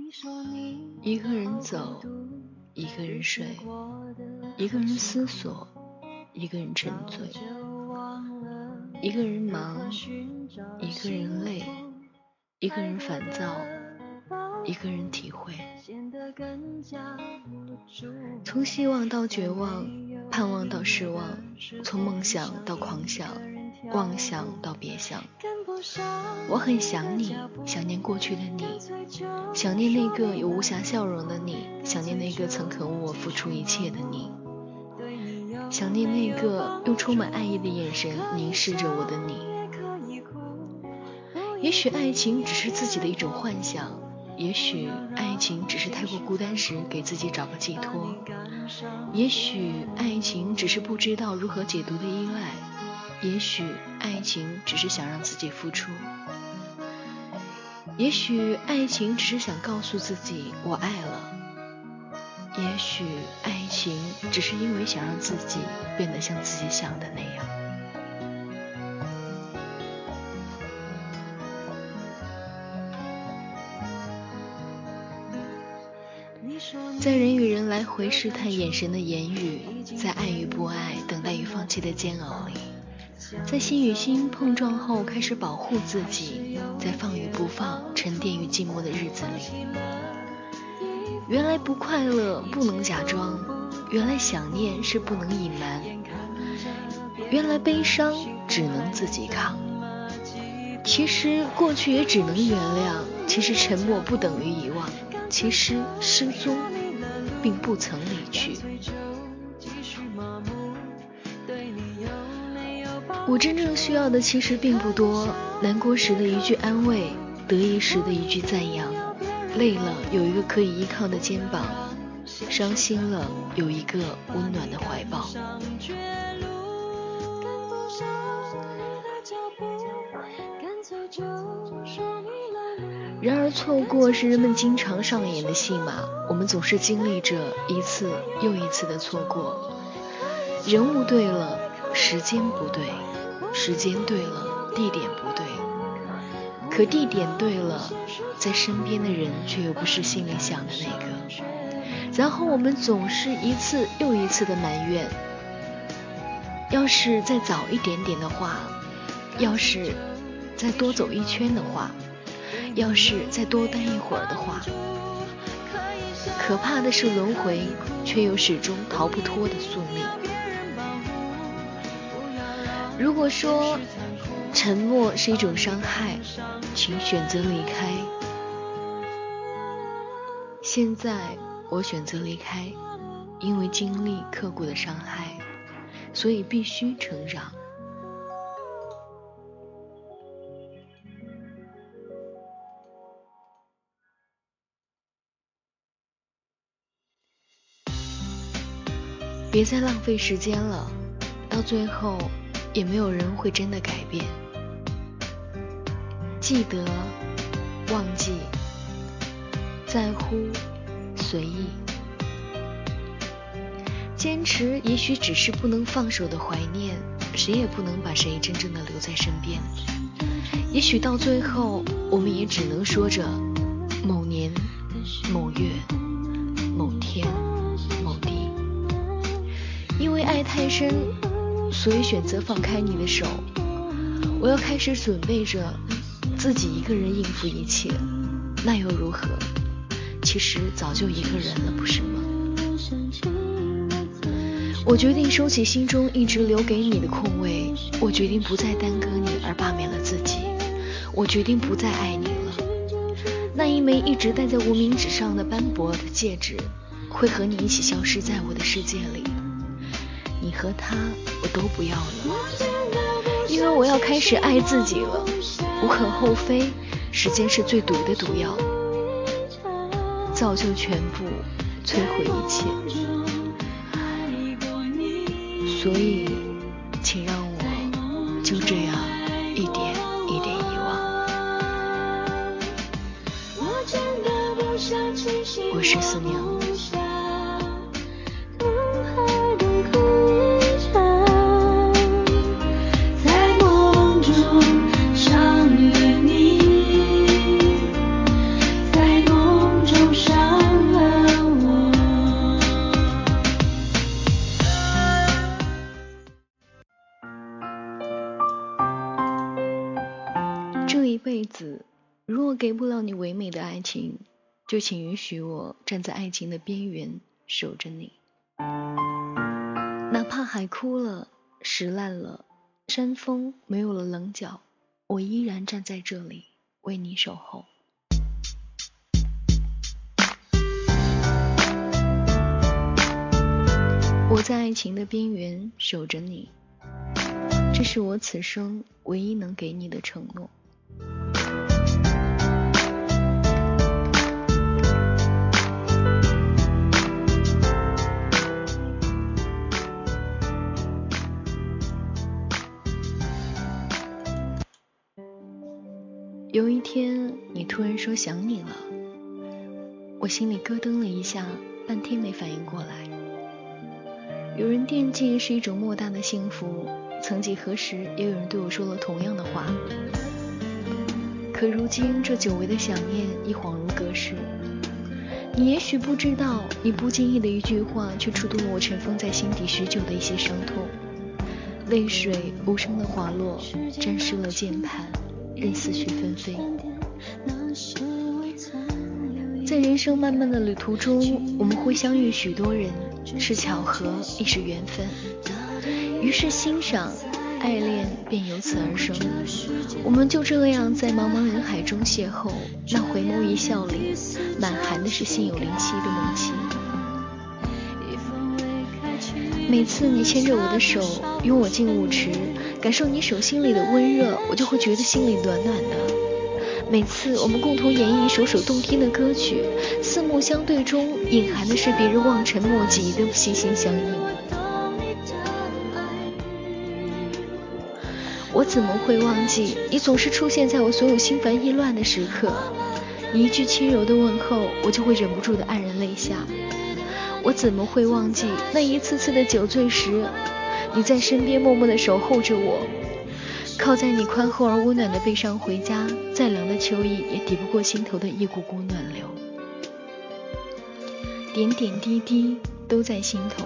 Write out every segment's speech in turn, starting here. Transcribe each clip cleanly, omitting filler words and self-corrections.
一个人走，一个人睡，一个人思索，一个人沉醉，一个人忙，一个人累，一个人烦躁，一个人体会。从希望到绝望，盼望到失望，从梦想到狂想，妄想到别想。我很想你，想念过去的你，想念那个有无暇笑容的你，想念那个曾肯为我付出一切的你，想念那个用充满爱意的眼神凝视着我的你。也许爱情只是自己的一种幻想，也许爱情只是太过孤单时给自己找个寄托，也许爱情只是不知道如何解读的依赖，也许爱情只是想让自己付出，也许爱情只是想告诉自己我爱了，也许爱情只是因为想让自己变得像自己想的那样。在人与人来回试探眼神的言语，在爱与不爱、等待与放弃的煎熬里，在心与心碰撞后开始保护自己，在放与不放、沉淀与寂寞的日子里，原来不快乐不能假装，原来想念是不能隐瞒，原来悲伤只能自己扛。其实过去也只能原谅，其实沉默不等于遗忘，其实失踪并不曾离去。我真正需要的其实并不多，难过时的一句安慰，得意时的一句赞扬，累了有一个可以依靠的肩膀，伤心了有一个温暖的怀抱。然而错过是人们经常上演的戏码，我们总是经历着一次又一次的错过。人物对了，时间不对，时间对了，地点不对，可地点对了，在身边的人却又不是心里想的那个。然后我们总是一次又一次的埋怨，要是再早一点点的话，要是再多走一圈的话，要是再多待一会儿的话。可怕的是轮回，却又始终逃不脱的宿命。如果说沉默是一种伤害，请选择离开。现在我选择离开，因为经历刻骨的伤害，所以必须成长。别再浪费时间了，到最后也没有人会真的改变。记得，忘记，在乎，随意。坚持也许只是不能放手的怀念，谁也不能把谁真正的留在身边。也许到最后，我们也只能说着某年、某月、某天、某地。因为爱太深，所以选择放开你的手。我要开始准备着自己一个人应付一切，那又如何？其实早就一个人了，不是吗？我决定收起心中一直留给你的空位，我决定不再耽搁你而罢免了自己，我决定不再爱你了。那一枚一直戴在无名指上的斑驳的戒指，会和你一起消失在我的世界里。你和他我都不要了，因为我要开始爱自己了。无可厚非，时间是最毒的毒药，造就全部，摧毁一切。所以请让我就这样一点一点遗忘。我是思娘。在梦中爱情，就请允许我站在爱情的边缘守着你。哪怕海枯了，石烂了，山峰没有了棱角，我依然站在这里为你守候。我在爱情的边缘守着你，这是我此生唯一能给你的承诺。有一天你突然说想你了，我心里咯噔了一下，半天没反应过来。有人惦记是一种莫大的幸福，曾几何时也有人对我说了同样的话，可如今这久违的想念已恍如隔世。你也许不知道，你不经意的一句话却触动了我尘封在心底许久的一些伤痛，泪水无声的滑落，沾湿了键盘，任思绪纷飞。在人生漫漫的旅途中，我们会相遇许多人，是巧合亦是缘分，于是欣赏爱恋便由此而生。我们就这样在茫茫人海中邂逅，那回眸一笑里满含的是心有灵犀的默契。每次你牵着我的手拥我进舞池，感受你手心里的温热，我就会觉得心里暖暖的。每次我们共同演绎一首首动听的歌曲，四目相对中隐含的是别人望尘莫及的心心相印。我怎么会忘记你总是出现在我所有心烦意乱的时刻，你一句轻柔的问候，我就会忍不住的黯然泪下。我怎么会忘记那一次次的酒醉时，你在身边默默地守候着我，靠在你宽厚而温暖的背上回家，再凉的秋意也抵不过心头的一股股暖流。点点滴滴都在心头，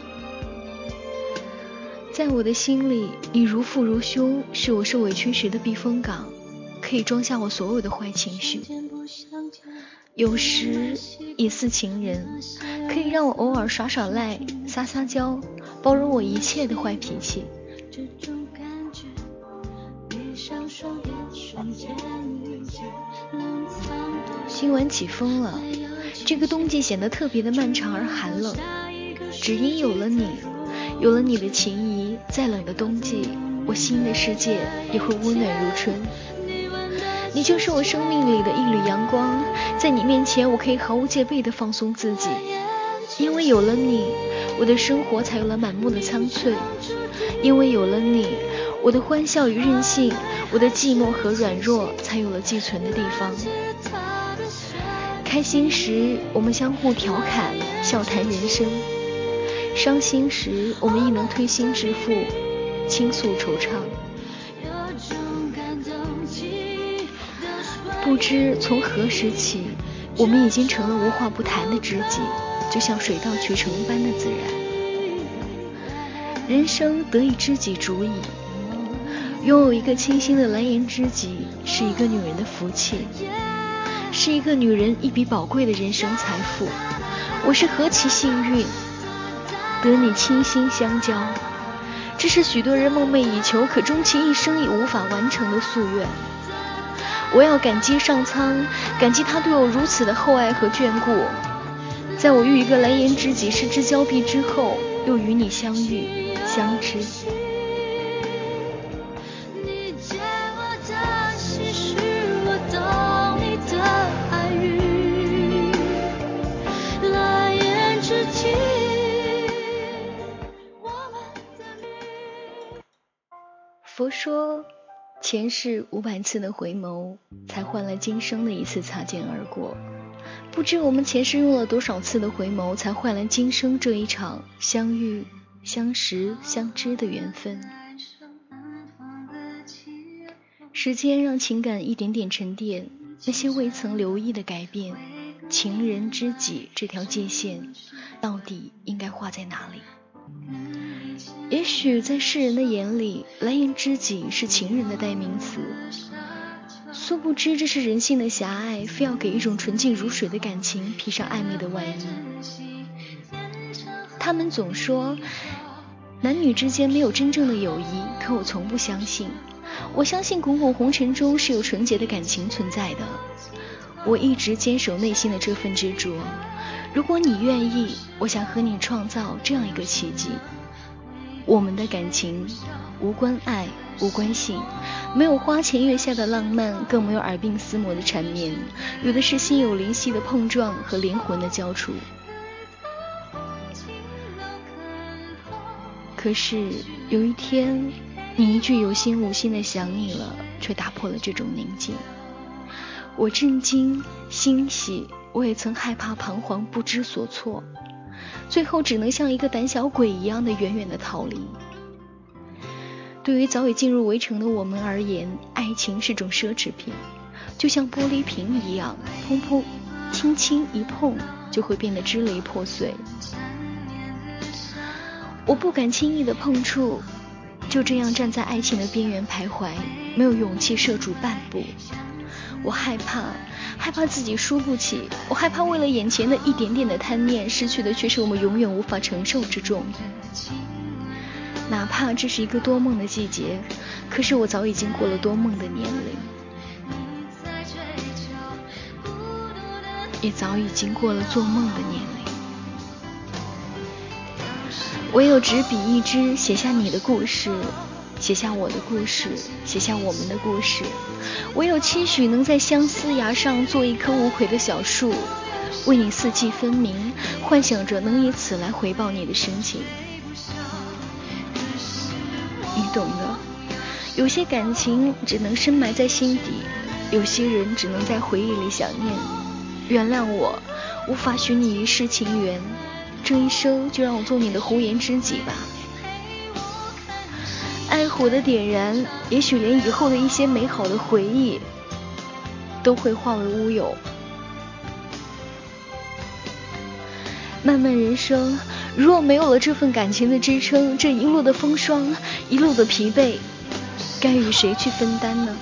在我的心里，你如父如兄，是我受委屈时的避风港，可以装下我所有的坏情绪。有时也似情人，可以让我偶尔耍耍赖，撒撒娇，包容我一切的坏脾气。今晚起风了，这个冬季显得特别的漫长而寒冷，只因有了你，有了你的情谊，再冷的冬季，我心的世界也会温暖如春。你就是我生命里的一缕阳光，在你面前我可以毫无戒备地放松自己，因为有了你，我的生活才有了满目的苍翠，因为有了你，我的欢笑与任性，我的寂寞和软弱才有了寄存的地方。开心时我们相互调侃笑谈人生，伤心时我们亦能推心置腹倾诉惆怅。不知从何时起，我们已经成了无话不谈的知己，就像水到渠成般的自然。人生得一知己足矣，拥有一个倾心的蓝颜知己，是一个女人的福气，是一个女人一笔宝贵的人生财富。我是何其幸运，得你倾心相交，这是许多人梦寐以求，可终其一生亦无法完成的夙愿。我要感激上苍，感激他对我如此的厚爱和眷顾，在我遇一个蓝颜知己失之交臂之后，又与你相遇相知。佛说前世500次的回眸，才换来今生的一次擦肩而过。不知我们前世用了多少次的回眸，才换来今生这一场相遇、相识、相知的缘分。时间让情感一点点沉淀，那些未曾留意的改变，情人知己这条界限，到底应该画在哪里？也许在世人的眼里，蓝颜知己是情人的代名词， 殊不知这是人性的狭隘，非要给一种纯净如水的感情披上暧昧的外衣。他们总说男女之间没有真正的友谊，可我从不相信。我相信滚滚红尘中是有纯洁的感情存在的。我一直坚守内心的这份执着。如果你愿意，我想和你创造这样一个奇迹。我们的感情无关爱，无关性，没有花前月下的浪漫，更没有耳鬓厮磨的缠绵，有的是心有灵犀的碰撞和灵魂的交触。可是有一天，你一句有心无心的想你了，却打破了这种宁静。我震惊欣喜，我也曾害怕彷徨不知所措，最后只能像一个胆小鬼一样的远远的逃离。对于早已进入围城的我们而言，爱情是种奢侈品，就像玻璃瓶一样，砰砰轻轻一碰就会变得支离破碎。我不敢轻易的碰触，就这样站在爱情的边缘徘徊，没有勇气射出半步。我害怕自己输不起，我害怕为了眼前的一点点的贪念，失去的却是我们永远无法承受之重。哪怕这是一个多梦的季节，可是我早已经过了多梦的年龄，也早已经过了做梦的年龄。唯有纸笔一支，写下你的故事，写下我的故事，写下我们的故事。唯有期许能在相思崖上做一棵无愧的小树，为你四季分明，幻想着能以此来回报你的深情。你懂的，有些感情只能深埋在心底，有些人只能在回忆里想念。原谅我无法许你一世情缘，这一生就让我做你的红颜知己吧。爱火的点燃，也许连以后的一些美好的回忆都会化为乌有。漫漫人生，若没有了这份感情的支撑，这一路的风霜，一路的疲惫，该与谁去分担呢？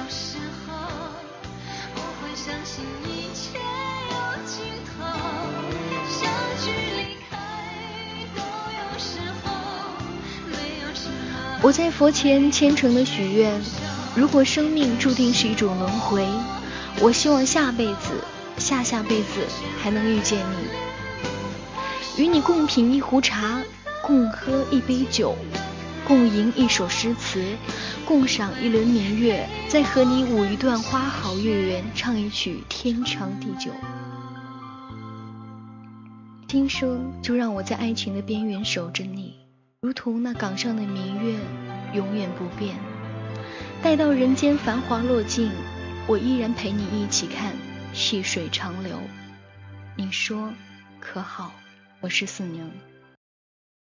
我在佛前虔诚的许愿，如果生命注定是一种轮回，我希望下辈子、下下辈子还能遇见你，与你共品一壶茶，共喝一杯酒，共吟一首诗词，共赏一轮明月，再和你舞一段花好月圆，唱一曲天长地久。今生就让我在爱情的边缘守着你，如同那港上的明月，永远不变。待到人间繁华落尽，我依然陪你一起看细水长流。你说可好？我是四娘。